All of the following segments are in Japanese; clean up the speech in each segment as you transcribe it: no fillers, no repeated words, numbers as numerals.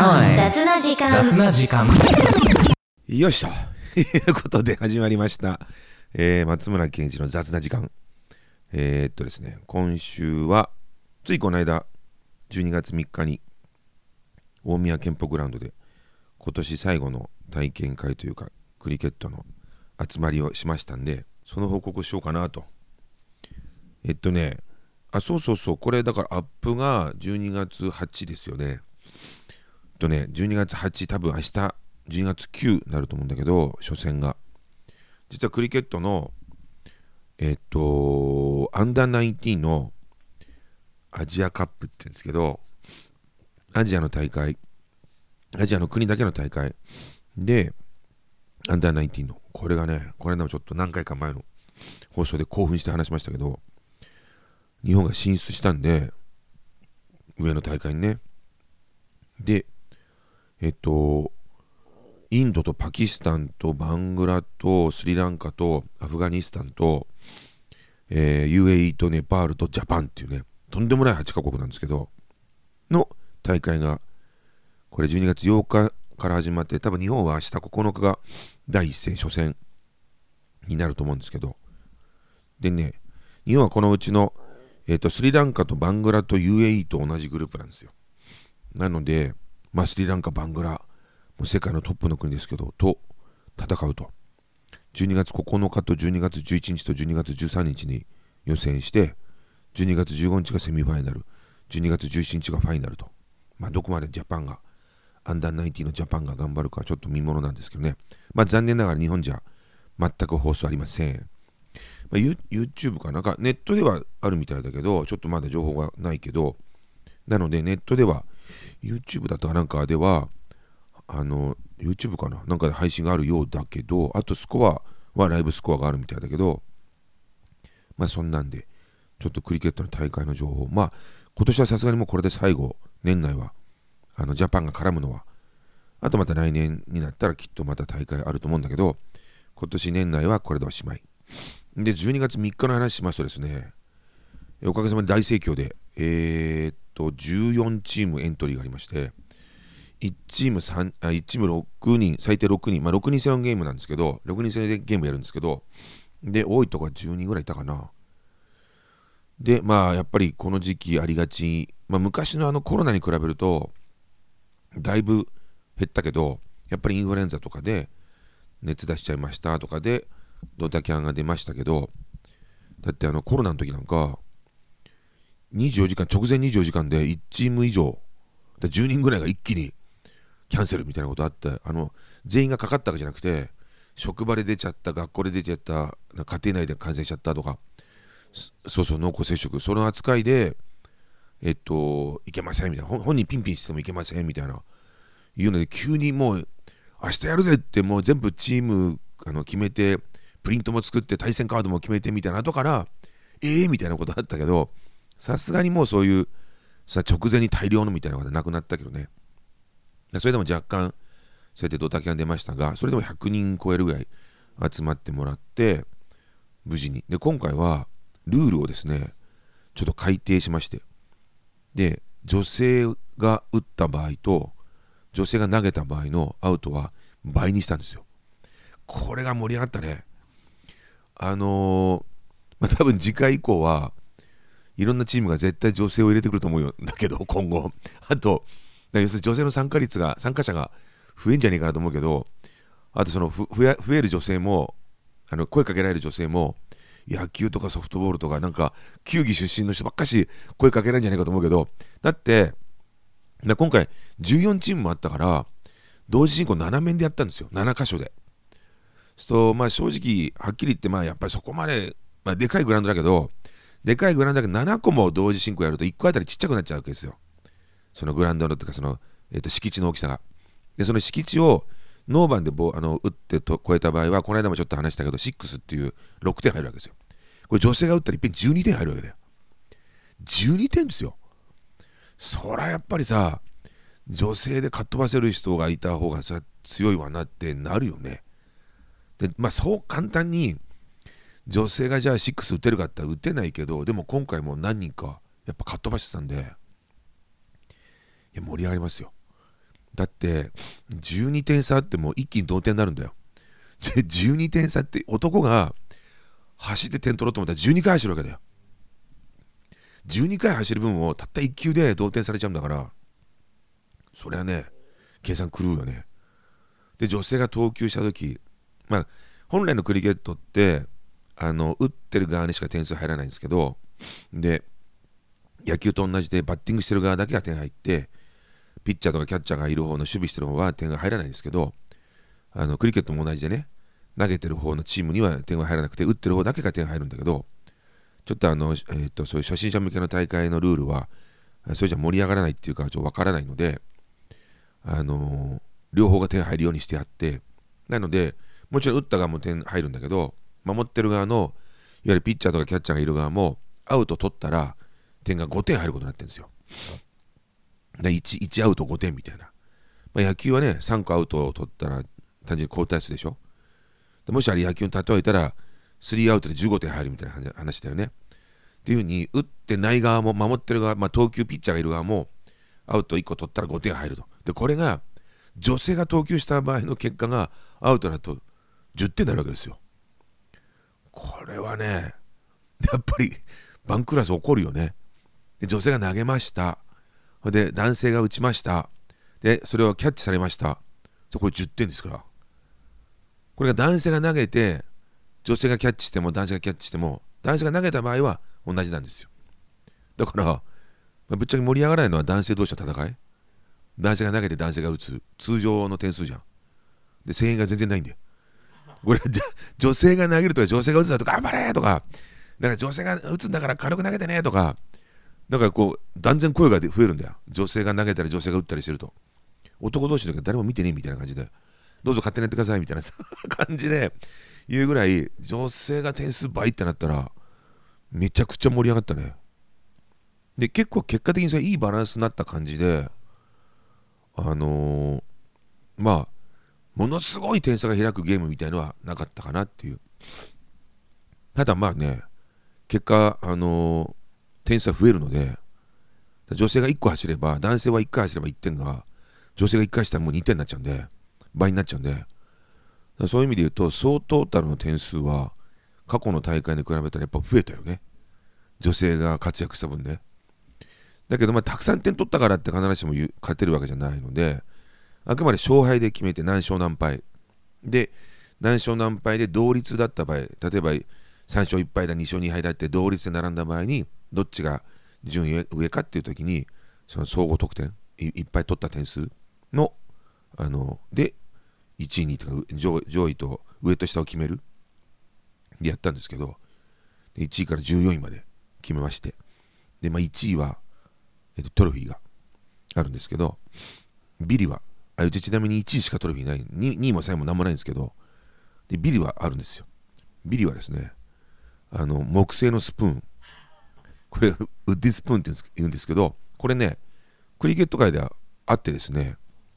雑な時間よいしょということで始まりました、松村健一の雑な時間。ですね、今週はついこの間12月3日に大宮健保グラウンドで今年最後の体験会というかクリケットの集まりをしましたんで、その報告をしようかなと。そうこれだからアップが12月8ですよね。12月8、多分明日12月9になると思うんだけど、初戦が実はクリケットのアンダー19のアジアカップって言うんですけど、アジアの大会、アジアの国だけの大会でアンダー19のこれがね、これでもちょっと何回か前の放送で興奮して話しましたけど、日本が進出したんで、上の大会にね。でインドとパキスタンとバングラとスリランカとアフガニスタンと、UAE とネパールとジャパンっていうね、とんでもない8カ国なんですけどの大会がこれ12月8日から始まって、多分日本は明日9日が第一戦初戦になると思うんですけど、でね、日本はこのうちの、スリランカとバングラと UAE と同じグループなんですよ。なのでスリランカ、バングラ、もう世界のトップの国ですけど、と戦うと。12月9日と12月11日と12月13日に予選して、12月15日がセミファイナル、12月17日がファイナルと。どこまでジャパンが、アンダー19のジャパンが頑張るかちょっと見ものなんですけどね。残念ながら日本じゃ全く放送ありません。YouTube かなんかネットではあるみたいだけど、ちょっとまだ情報がないけど、なのでネットでは YouTube だとかなんかではYouTube かななんかで配信があるようだけど、あとスコアはライブスコアがあるみたいだけど、そんなんでちょっとクリケットの大会の情報、今年はさすがにもうこれで最後、年内はジャパンが絡むのは、あとまた来年になったらきっとまた大会あると思うんだけど、今年年内はこれでおしまいで、12月3日の話しますとですね、おかげさまで大盛況で14チームエントリーがありまして、1チーム6人、最低6人、6人制のゲームなんですけど、6人制でゲームやるんですけど、で、多いとこは10人ぐらいいたかな。で、やっぱりこの時期ありがち、昔のコロナに比べると、だいぶ減ったけど、やっぱりインフルエンザとかで熱出しちゃいましたとかで、ドタキャンが出ましたけど、だってコロナの時なんか、24時間、直前24時間で1チーム以上、10人ぐらいが一気にキャンセルみたいなことあって、全員がかかったわけじゃなくて、職場で出ちゃった、学校で出ちゃった、家庭内で感染しちゃったとか、濃厚接触、その扱いで、いけませんみたいな、本人ピンピンしてもいけませんみたいな、いうので、急にもう、明日やるぜって、もう全部チーム決めて、プリントも作って、対戦カードも決めてみたいな、後から、みたいなことあったけど、さすがにもうそういう、直前に大量のみたいなことはなくなったけどね。それでも若干そうやってドタキャン出ましたが、それでも100人超えるぐらい集まってもらって無事に。で、今回はルールをですねちょっと改定しまして、で、女性が打った場合と女性が投げた場合のアウトは倍にしたんですよ。これが盛り上がったね。多分次回以降はいろんなチームが絶対女性を入れてくると思うんだけど、今後あと要するに女性の参加者が増えんじゃねえかなと思うけど、あとその増える女性も、声かけられる女性も、野球とかソフトボールとかなんか球技出身の人ばっかし声かけられるんじゃないかと思うけど、だって今回14チームもあったから同時進行7面でやったんですよ。7箇所で。正直はっきり言ってやっぱりそこまで、でかいグラウンドだけど、7個も同時進行やると1個あたりちっちゃくなっちゃうわけですよ。そのグラウンドのとか敷地の大きさが。で、その敷地をノーバンで打って超えた場合は、この間もちょっと話したけど、6っていう6点入るわけですよ。これ女性が打ったらいっぺん12点入るわけだよ。12点ですよ。そらやっぱりさ、女性でかっ飛ばせる人がいた方が強いわなってなるよね。で、そう簡単に女性がじゃあ6打てるかって言ったら打てないけど、でも今回も何人かやっぱかっ飛ばしてたんで、盛り上がりますよ。 だって12点差あっても一気に同点になるんだよ。12点差って男が走って点取ろうと思ったら12回走るわけだよ。12回走る分をたった1球で同点されちゃうんだから、それはね計算狂うよね。で女性が投球した時、まあ本来のクリケットって打ってる側にしか点数入らないんですけど、で野球と同じでバッティングしてる側だけが点入って、ピッチャーとかキャッチャーがいる方の守備してる方は点が入らないんですけど、クリケットも同じでね、投げてる方のチームには点が入らなくて、打ってる方だけが点入るんだけど、ちょっとそういう初心者向けの大会のルールはそれじゃ盛り上がらないっていうかちょっとわからないので、両方が点入るようにしてあって、なのでもちろん打った側も点入るんだけど、守ってる側のいわゆるピッチャーとかキャッチャーがいる側もアウト取ったら点が5点入ることになってるんですよ。1アウト5点みたいな、野球はね3個アウトを取ったら単純に交代数でしょ。でもしあれ野球に例えたら3アウトで15点入るみたいな話だよね。っていう風に打ってない側も守ってる側、投球ピッチャーがいる側もアウト1個取ったら5点入ると。でこれが女性が投球した場合の結果がアウトだと10点になるわけですよ。これはねやっぱりバンクラス起こるよね。で女性が投げました。で男性が打ちました。でそれをキャッチされました。これ10点ですから。これが男性が投げて女性がキャッチしても男性がキャッチしても、男性が投げた場合は同じなんですよ。だから、ぶっちゃけ盛り上がらないのは男性同士の戦い。男性が投げて男性が打つ通常の点数じゃん。で声援が全然ないんだよ。これ女性が投げるとか女性が打つだとか頑張れとか、だから女性が打つんだから軽く投げてねとか、だからこう断然声が増えるんだよ。女性が投げたり女性が打ったりしてると、男同士だけど誰も見てねえみたいな感じで、どうぞ勝手にやってくださいみたいな感じで言うぐらい、女性が点数倍ってなったらめちゃくちゃ盛り上がったね。で結構結果的にそれいいバランスになった感じで、ものすごい点差が開くゲームみたいのはなかったかなっていう。ただ結果点差増えるので、女性が1個走れば男性は1回走れば1点が、女性が1回したらもう2点になっちゃうんで、倍になっちゃうんで、そういう意味で言うと総トータルの点数は過去の大会に比べたらやっぱ増えたよね。女性が活躍した分ね。だけどたくさん点取ったからって必ずしも勝てるわけじゃないので、あくまで勝敗で決めて何勝何敗で、何勝何敗で同率だった場合、例えば3勝1敗だ2勝2敗だって同率で並んだ場合にどっちが順位上かっていう時に、その総合得点いっぱい取った点数ので1位2位とか上位と上と下を決めるでやったんですけど、1位から14位まで決めまして、で1位はトロフィーがあるんですけど、ビリはちなみに1位しかトロフィーない、2位も3位も何もないんですけど、でビリはあるんですよ。ビリはですね、木製のスプーン、これウッディスプーンって言うんですけど、これねクリケット界ではあってですね、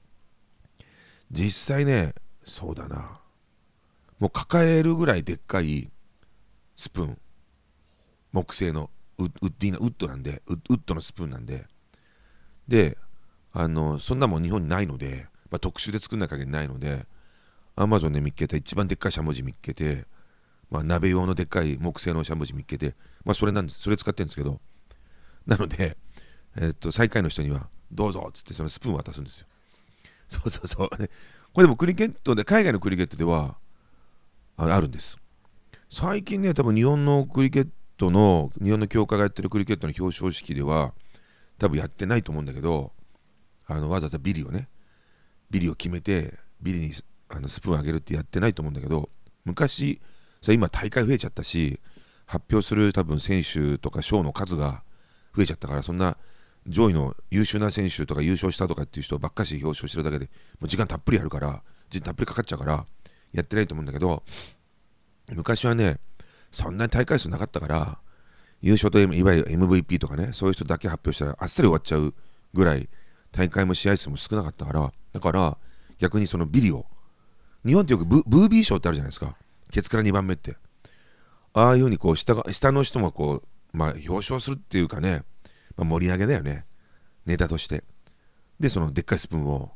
実際ね、そうだな、もう抱えるぐらいでっかいスプーン、木製のウッドなんで、ウッドのスプーンなんで、でそんなもん日本にないので、特殊で作んない限りないので、アマゾンで見っけた一番でっかいしゃもじ見っけて、鍋用のでっかい木製のしゃもじ見っけて、それなんです。それ使ってるんですけど、なので最下位の人にはどうぞっつってそのスプーン渡すんですよ。そうこれでもクリケットで、海外のクリケットではあるんです。最近ね、多分日本の協会がやってるクリケットの表彰式では多分やってないと思うんだけど、わざわざビリを決めてビリにスプーンあげるってやってないと思うんだけど、昔今大会増えちゃったし、発表する多分選手とか賞の数が増えちゃったから、そんな上位の優秀な選手とか優勝したとかっていう人ばっかし表彰してるだけでもう時間たっぷりあるから、時間たっぷりかかっちゃうからやってないと思うんだけど、昔はねそんなに大会数なかったから、優勝といわゆる MVP とかね、そういう人だけ発表したらあっさり終わっちゃうぐらい大会も試合数も少なかったから、だから逆にそのビリを、日本ってよくブービー賞ってあるじゃないですか、ケツから2番目って、ああいうふうにこう下の人もこう、表彰するっていうかね、盛り上げだよね、ネタとして。でそのでっかいスプーンを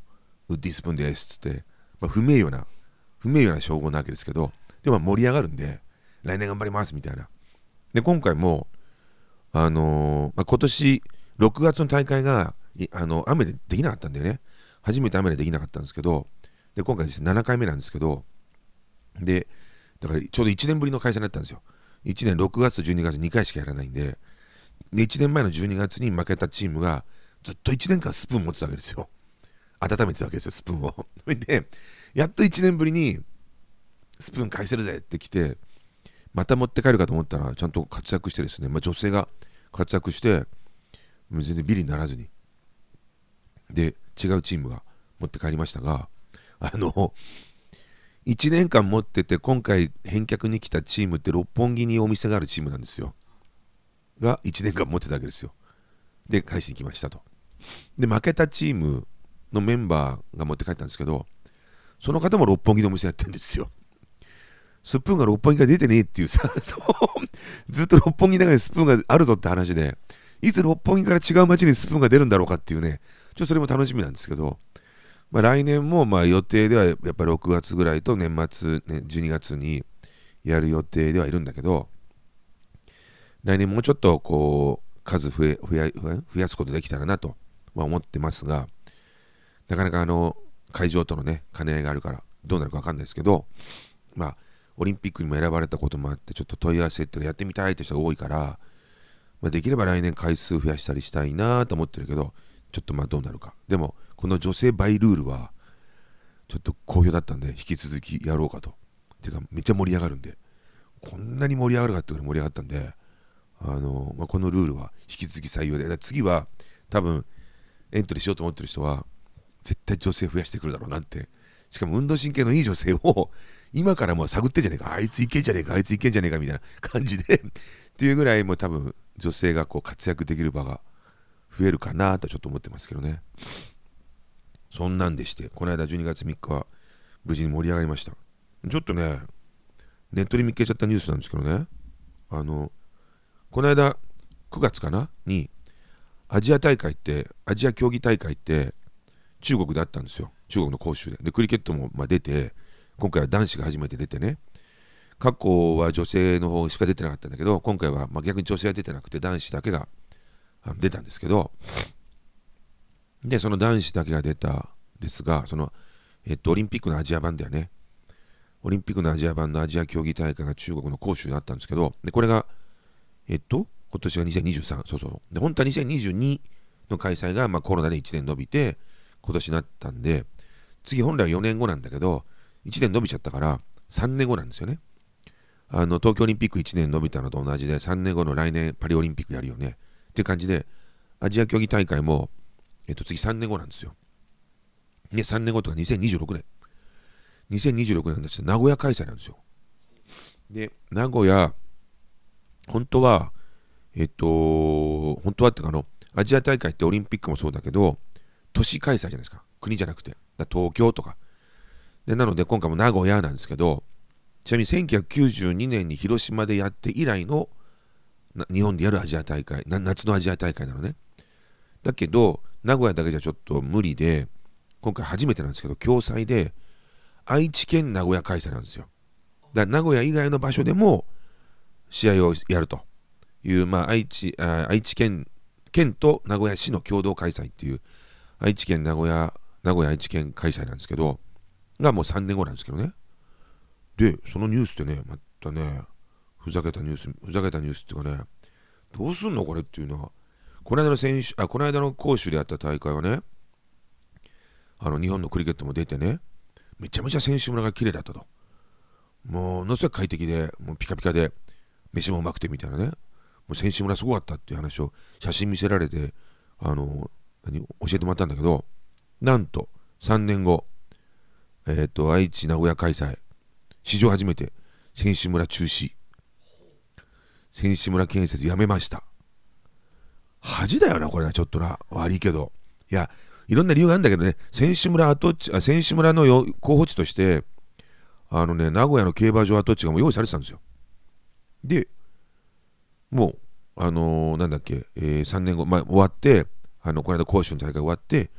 ウッディスプーンですっつって、不名誉な称号なわけですけど、でも盛り上がるんで、来年頑張りますみたいな。で、今回も、今年6月の大会が雨でできなかったんだよね。初めて雨でできなかったんですけど、で、今回ですね、7回目なんですけど、で、だからちょうど1年ぶりの開催になったんですよ。1年6月と12月2回しかやらないんで、1年前の12月に負けたチームがずっと1年間スプーン持ってたわけですよ。温めてたわけですよ、スプーンを。で、やっと1年ぶりにスプーン返せるぜって来て、また持って帰るかと思ったら、ちゃんと活躍してですね、女性が活躍して、全然ビリにならずに、で、違うチームが持って帰りましたが、1年間持ってて、今回返却に来たチームって六本木にお店があるチームなんですよ。が1年間持ってたわけですよ。で、返しに来ましたと。で、負けたチームのメンバーが持って帰ったんですけど、その方も六本木のお店やってるんですよ。スプーンが六本木から出てねえっていうさ、ずっと六本木の中にスプーンがあるぞって話で、いつ六本木から違う街にスプーンが出るんだろうかっていうね、ちょっとそれも楽しみなんですけど、来年も予定ではやっぱり6月ぐらいと年末、ね、12月にやる予定ではいるんだけど、来年もうちょっとこう数増やすことできたらなと思ってますが、なかなか会場とのね兼ね合いがあるからどうなるか分かんないですけど、オリンピックにも選ばれたこともあってちょっと問い合わせっていうかやってみたいという人が多いから、できれば来年回数増やしたりしたいなと思ってるけど、ちょっとどうなるか。でもこの女性倍ルールはちょっと好評だったんで引き続きやろうかと。ていうかめっちゃ盛り上がるんで、こんなに盛り上がるかっていうぐらい盛り上がったんで、このルールは引き続き採用で、次は多分エントリーしようと思ってる人は絶対女性増やしてくるだろうなって。しかも運動神経のいい女性を今からもう探ってんじゃねえか、あいついけんじゃねえか、あいついけんじゃねえかみたいな感じでっていうぐらいもう多分女性がこう活躍できる場が増えるかなとちょっと思ってますけどね。そんなんでして、この間12月3日は無事に盛り上がりました。ちょっとね、ネットで見っけちゃったニュースなんですけどね、この間9月かなにアジア競技大会って中国であったんですよ。中国の杭州で。で、クリケットも出て、今回は男子が初めて出てね、過去は女性の方しか出てなかったんだけど、今回は逆に女性は出てなくて男子だけが出たんですけど、で、その男子だけが出たんですが、オリンピックのアジア版だよね。オリンピックのアジア版のアジア競技大会が中国の杭州であったんですけど、で、これが、今年が2023、そうそう。で、本当は2022の開催が、コロナで1年延びて、今年になったんで、次本来は4年後なんだけど、1年延びちゃったから3年後なんですよね。東京オリンピック1年延びたのと同じで、3年後の来年パリオリンピックやるよねっていう感じで、アジア競技大会も、次3年後なんですよ。ね、3年後とか2026年。2026年なんですよ。名古屋開催なんですよ。で、名古屋、本当はっていうかアジア大会ってオリンピックもそうだけど、都市開催じゃないですか。国じゃなくて。東京とか。で、なので今回も名古屋なんですけど、ちなみに1992年に広島でやって以来の日本でやるアジア大会、夏のアジア大会なのね。だけど、名古屋だけじゃちょっと無理で、今回初めてなんですけど、共催で愛知県名古屋開催なんですよ。だから名古屋以外の場所でも試合をやるという、愛知県と名古屋市の共同開催っていう、愛知県名古屋愛知県開催なんですけど、がもう3年後なんですけどね。で、そのニュースってね、またね、ふざけたニュースっていうかね、どうすんのこれっていうのは、この間の杭州でやった大会はね、日本のクリケットも出てね、めちゃめちゃ選手村が綺麗だったと。ものすごい快適で、もうピカピカで、飯もうまくてみたいなね、もう選手村すごかったっていう話を写真見せられて、教えてもらったんだけど、なんと3年後、愛知名古屋開催、史上初めて選手村中止、選手村建設やめました。恥だよなこれは。ちょっとな、悪いけど、いや、いろんな理由があるんだけどね、選手村の候補地として名古屋の競馬場跡地がもう用意されてたんですよ。でもう3年後、終わって、この間杭州の大会終わって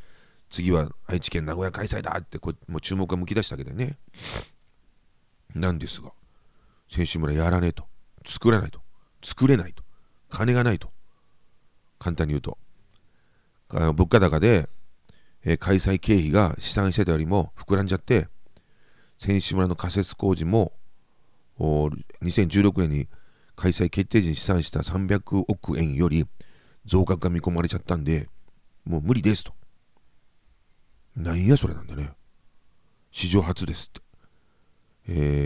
次は愛知県名古屋開催だってもう注目が向き出したわけでね。なんですが、選手村やらねえと、作らないと、作れないと、金がないと、簡単に言うと、物価高で、開催経費が試算してたよりも膨らんじゃって、選手村の仮設工事も2016年に開催決定時に試算した300億円より増額が見込まれちゃったんで、もう無理ですと。なんやそれなんだね。史上初ですって。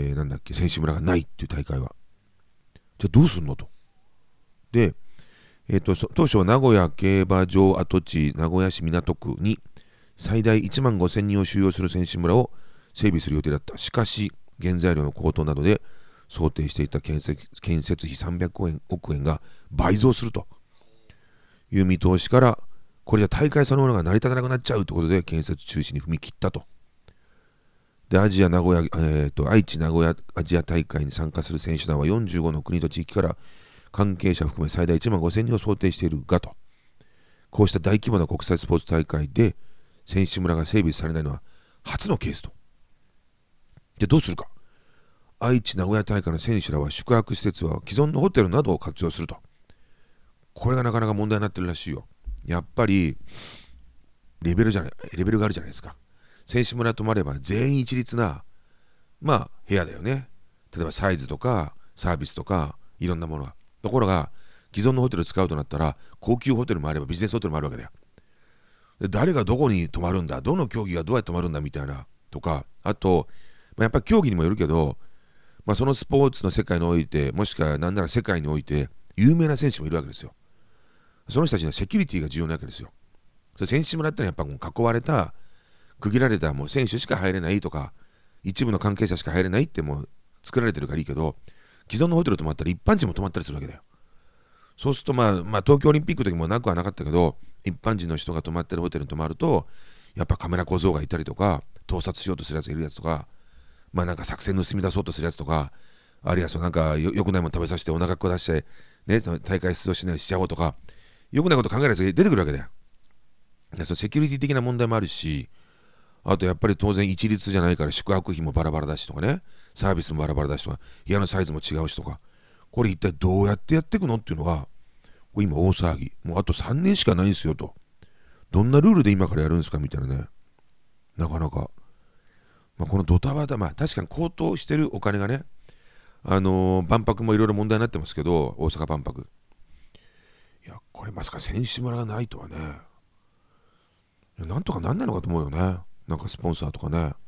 なんだっけ、選手村がないっていう大会は。じゃあどうすんのと。で、当初は名古屋競馬場跡地名古屋市港区に最大1万5000人を収容する選手村を整備する予定だった。しかし、原材料の高騰などで想定していた建設費300億円が倍増するという見通しから、これじゃ大会そのものが成り立たなくなっちゃうということで建設中止に踏み切ったと。で、愛知名古屋アジア大会に参加する選手団は45の国と地域から関係者含め最大1万5000人を想定しているがと。こうした大規模な国際スポーツ大会で選手村が整備されないのは初のケースと。で、どうするか。愛知名古屋大会の選手らは宿泊施設は既存のホテルなどを活用すると。これがなかなか問題になってるらしいよ。やっぱりレベルがあるじゃないですか。選手村泊まれば全員一律な部屋だよね。例えばサイズとかサービスとかいろんなものが。ところが既存のホテルを使うとなったら高級ホテルもあればビジネスホテルもあるわけだよ。で、誰がどこに泊まるんだ、どの競技がどうやって泊まるんだみたいなとか、あと、やっぱり競技にもよるけど、そのスポーツの世界において、もしくは何なら世界において有名な選手もいるわけですよ。その人たちのセキュリティが重要なわけですよ。選手村ってのはやっぱ囲われた、区切られたもう選手しか入れないとか、一部の関係者しか入れないってもう作られてるからいいけど、既存のホテル泊まったら一般人も泊まったりするわけだよ。そうすると東京オリンピックの時もなくはなかったけど、一般人の人が泊まってるホテルに泊まると、やっぱカメラ小僧がいたりとか、盗撮しようとするやつがいるやつとか、なんか作戦盗み出そうとするやつとか、あるいはなんかよくないもの食べさせてお腹下して、ね、その大会出場しないようにしちゃおうとか、よくないこと考えるやつが出てくるわけだよ。そのセキュリティ的な問題もあるし、あとやっぱり当然一律じゃないから宿泊費もバラバラだしとかね、サービスもバラバラだしとか、部屋のサイズも違うしとか、これ一体どうやってやっていくのっていうのが、これ今大騒ぎ。もうあと3年しかないんですよと。どんなルールで今からやるんですかみたいなね。なかなか。このドタバタ、確かに高騰してるお金がね、万博もいろいろ問題になってますけど、大阪万博。いや、これまさか選手村がないとはね。なんとかなんないのかと思うよね。なんかスポンサーとかね。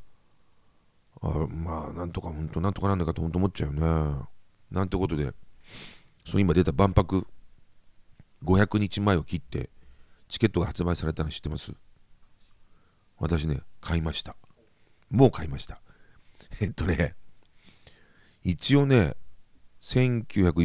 なんとか本当なんとかなんないかと本当思っちゃうよね。なんてことで、今出た万博500日前を切ってチケットが発売されたの知ってます？私ね、買いました。もう買いました。一応ね、昭和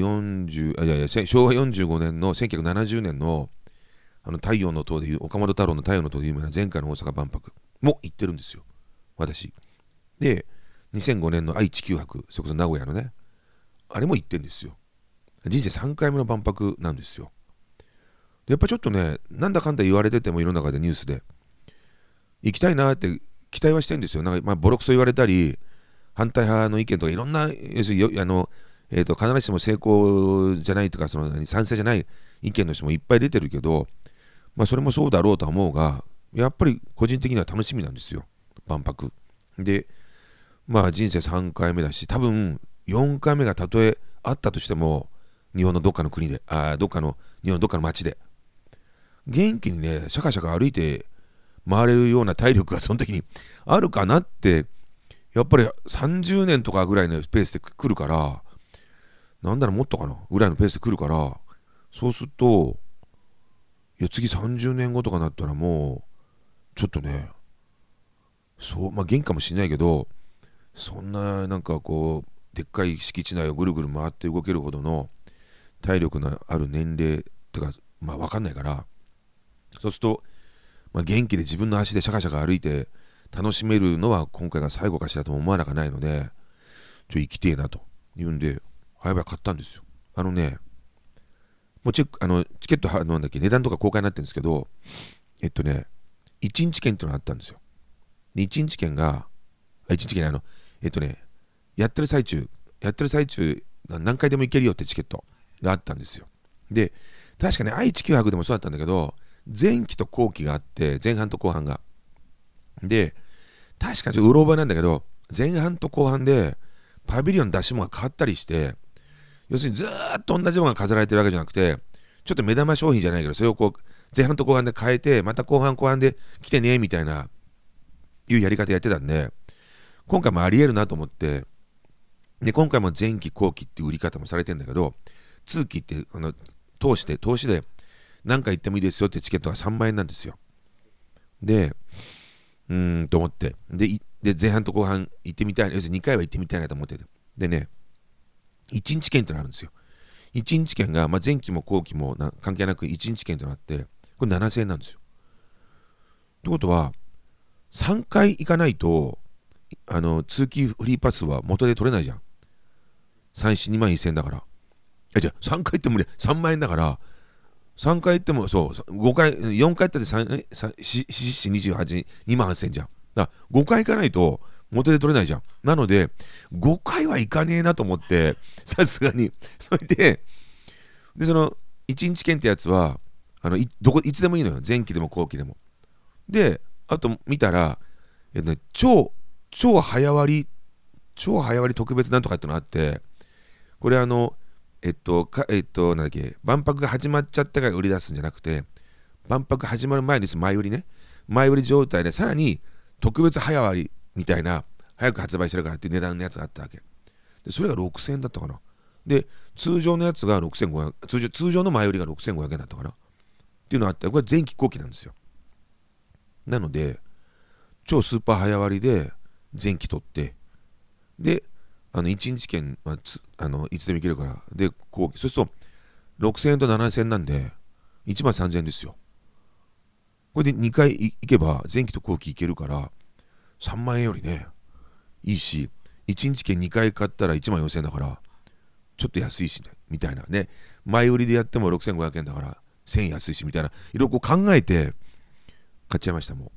45年の1970年の太陽の塔でいう岡本太郎の太陽の塔で有名な前回の大阪万博も行ってるんですよ、私。で、2005年の愛・地球博、それこそ名古屋のね、あれも行ってるんですよ。人生3回目の万博なんですよ。でやっぱちょっとね、なんだかんだ言われてても、世の中でニュースで行きたいなって期待はしてるんですよ。なんかボロクソ言われたり、反対派の意見とかいろんな、要するに必ずしも成功じゃないとか、賛成じゃない意見の人もいっぱい出てるけど、それもそうだろうとは思うが、やっぱり個人的には楽しみなんですよ、万博。で、人生3回目だし、多分4回目がたとえあったとしても、日本のどっかの国で、日本のどっかの町で、元気にね、シャカシャカ歩いて回れるような体力がその時にあるかなって、やっぱり30年とかぐらいのペースで来るから、なんだろうもっとかなぐらいのペースで来るから、そうすると、いや次30年後とかなったらもう、ちょっとね、元気かもしれないけど、そんななんかこう、でっかい敷地内をぐるぐる回って動けるほどの体力のある年齢とか、分かんないから、そうすると、元気で自分の足でシャカシャカ歩いて楽しめるのは今回が最後かしらとも思わなかないので、生きてえなというんで、早々買ったんですよ。もうチケットなんだっけ、値段とか公開になってるんですけど、 1日券っていうのがあったんですよ。で1日券が、1日券やってる最中何回でも行けるよってチケットがあったんですよ。で確かね、愛・地球博でもそうだったんだけど、前期と後期があって、前半と後半が。で確かちょっとうろ覚えなんだけど、前半と後半でパビリオン出し物が変わったりして、要するにずーっと同じものが飾られてるわけじゃなくて、ちょっと目玉商品じゃないけど、それをこう前半と後半で変えて、また後半で来てねみたいないうやり方やってたんで、今回もありえるなと思って、で今回も前期後期っていう売り方もされてんだけど、通期って投資で何回行ってもいいですよってチケットが3万円なんですよ。でと思って、で前半と後半行ってみたい、要するに2回は行ってみたいなと思ってて、でね、1日券ってのあるんですよ。1日券が、前期も後期も関係なく1日券となって、これ7000円なんですよ。ってことは3回行かないと通期フリーパスは元で取れないじゃん。3、4、2万1000円だから。じゃあ3回行っても3万円だから、3回行っても5回、4回行ったって4、28、2万8000円じゃん。だから5回行かないと元で取れないじゃん。なので5回は行かねえなと思って、さすがに。それでその1日券ってやつはいつでもいいのよ。前期でも後期でも。であと見たら、超早割特別なんとかってのがあって、これなんだっけ、万博が始まっちゃったから売り出すんじゃなくて、万博始まる前に前売り状態でさらに特別早割みたいな、早く発売してるからっていう値段のやつがあったわけで、それが6000円だったかな。で通常のやつが6500円、通常の前売りが6500円だったかなっていうのがあって、これ前期後期なんですよ。なので超スーパー早割で前期取って、で1日券はいつでも行けるから、で後期そうすると6000円と7000円なんで1万3000円ですよ。これで2回行けば前期と後期行けるから3万円よりねいいし、1日券2回買ったら1万4000円だからちょっと安いしねみたいなね。前売りでやっても6500円だから1000円安いしみたいな、いろいろ考えて買っちゃいました。も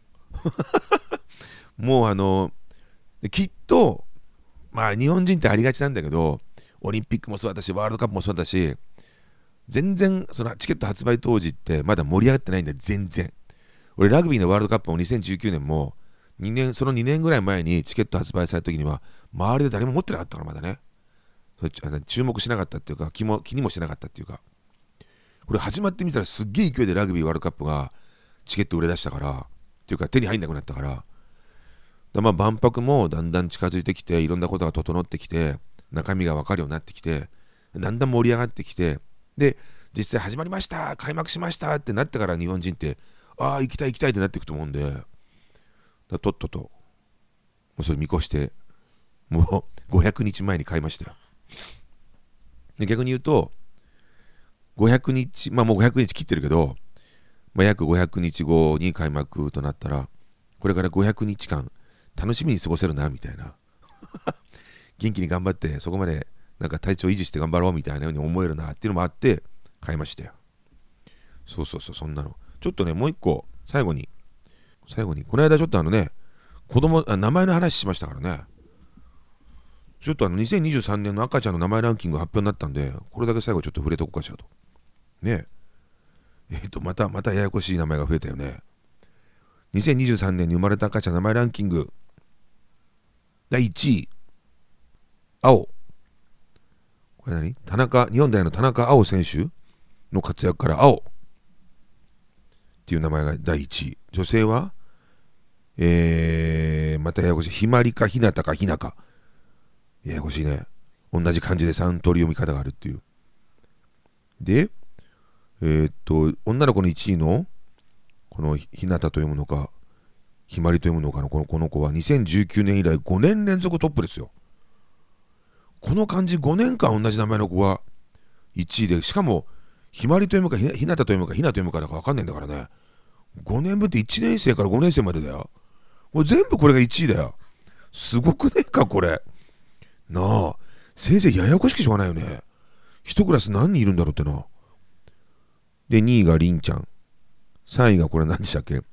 うもうきっと日本人ってありがちなんだけど、オリンピックもそうだしワールドカップもそうだし、全然そのチケット発売当時ってまだ盛り上がってないんだよ。全然。俺ラグビーのワールドカップも2019年もその2年ぐらい前にチケット発売された時には周りで誰も持ってなかったから、まだね、注目しなかったっていうか気にもしなかったっていうか、これ始まってみたらすっげえ勢いでラグビーワールドカップがチケット売れ出したからっていうか、手に入んなくなったから、万博もだんだん近づいてきて、いろんなことが整ってきて、中身が分かるようになってきて、だんだん盛り上がってきて、で実際始まりました、開幕しましたってなってから、日本人って行きたいってなっていくと思うんで、とっとともうそれ見越してもう500日前に買いましたよ。で逆に言うと500日、もう500日切ってるけど、約500日後に開幕となったら、これから500日間楽しみに過ごせるなみたいな元気に頑張ってそこまでなんか体調維持して頑張ろうみたいなように思えるなっていうのもあって買いましたよ。そうそんなの。ちょっとね、もう一個最後にこの間ちょっと名前の話しましたからね。ちょっと2023年の赤ちゃんの名前ランキング発表になったんで、これだけ最後ちょっと触れとこうかしらとね。またややこしい名前が増えたよね。2023年に生まれた赤ちゃん名前ランキング第1位、青。これ何？日本代の田中碧選手の活躍から青っていう名前が第1位。女性はまたややこしい。ひまりかひなたかひなか。ややこしいね。同じ漢字で3通り読み方があるっていう。で、女の子の1位のこのひなたと読むのかひまりと読むのかのこの子は2019年以来5年連続トップですよ。この漢字5年間同じ名前の子が1位で、しかもひまりと読むかひなたと読むかひなと読むかだか分かんないんだからね。5年分って1年生から5年生までだよ。もう全部これが1位だよ。すごくねえかこれなあ。先生ややこしくしょうがないよね。一クラス何人いるんだろうってな。で2位がりんちゃん、3位がこれ何でしたっけ、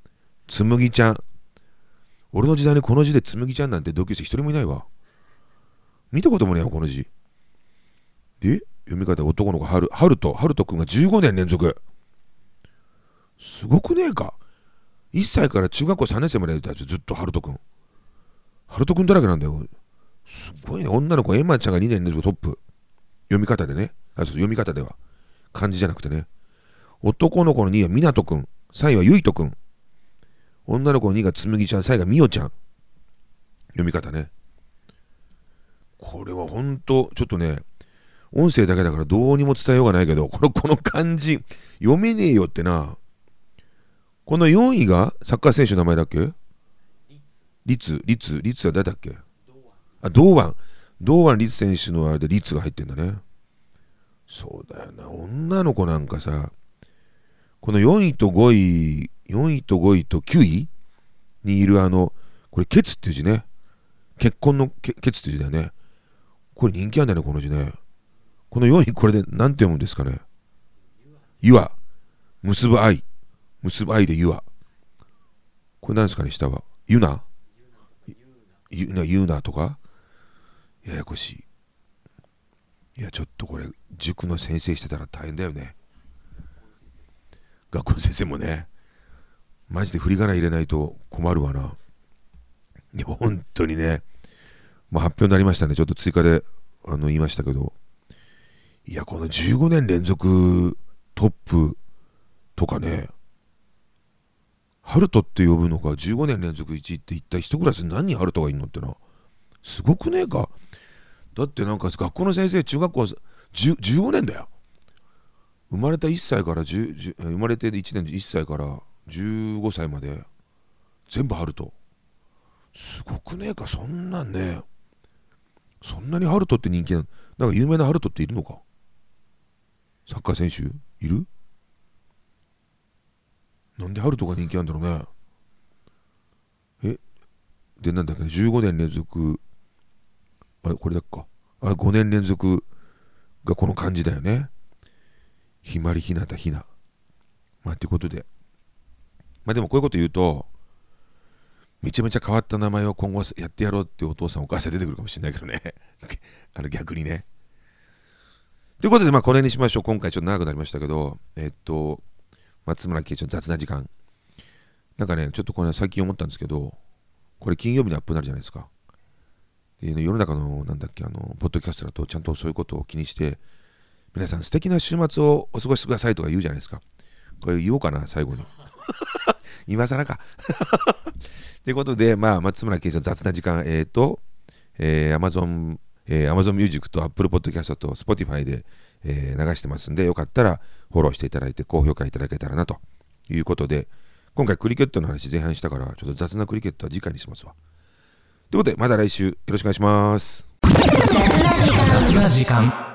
つむぎちゃん。俺の時代にこの字でつむぎちゃんなんて同級生一人もいないわ。見たこともねえよこの字。で読み方、男の子はるとくんが15年連続。すごくねえか。1歳から中学校3年生までやったやつ、ずっとはるとくんだらけなんだよ。すごいね。女の子エマちゃんが2年連続トップ。読み方でね。読み方では漢字じゃなくてね。男の子の2位はみなとくん、3位はゆいとくん、女の子の2位がつむぎちゃん、3位がみおちゃん。読み方ね。これはほんとちょっとね、音声だけだからどうにも伝えようがないけど、この漢字読めねえよってな。この4位がサッカー選手の名前だっけ？律は誰だっけ？堂安律選手のあれで律が入ってんだね。そうだよな。女の子なんかさ、この4位と5位と9位にいるこれケツっていう字ね。結婚のケツっていう字だよね。これ人気あんだよね、この字ね。この4位、これで何て読むんですかね。ゆわ。結ぶ愛でゆわ。これ何ですかね、下は。ゆなとかややこしい。いや、ちょっとこれ、塾の先生してたら大変だよね。学校の先生もね、マジで振り仮名入れないと困るわな。いや、本当にね、もう発表になりましたね。ちょっと追加で言いましたけど、いや、この15年連続トップとかね、ハルトって呼ぶのか、15年連続1位って一体一クラスに何人ハルトがいるのってな。すごくねえか。だってなんか学校の先生、中学校15年だよ。生まれて1年で1歳から15歳まで全部ハルト。すごくねえか。そんなんね、そんなにハルトって人気なの。なんか有名なハルトっているのか。サッカー選手いる？なんでハルトが人気なんだろうね。で、なんだっけ、15年連続、これだっか。5年連続がこの漢字だよね。ひまりひなたひな。ってことで。でもこういうこと言うと、めちゃめちゃ変わった名前を今後やってやろうってお父さんお母さん出てくるかもしれないけどね。逆にね。ということで、これにしましょう。今回ちょっと長くなりましたけど、松村圭一の雑な時間。なんかね、ちょっとこれ最近思ったんですけど、これ金曜日にアップになるじゃないですか。で、世の中の、ポッドキャストだとちゃんとそういうことを気にして、皆さん素敵な週末をお過ごしくださいとか言うじゃないですか。これ言おうかな、最後に。今更か。ということで、松村圭一の雑な時間、Amazon Music と Apple Podcast と Spotify で、流してますんで、よかったらフォローしていただいて高評価いただけたらなということで、今回クリケットの話前半したから、ちょっと雑なクリケットは次回にしますわ。ということで、また来週よろしくお願いします。 雑な時間。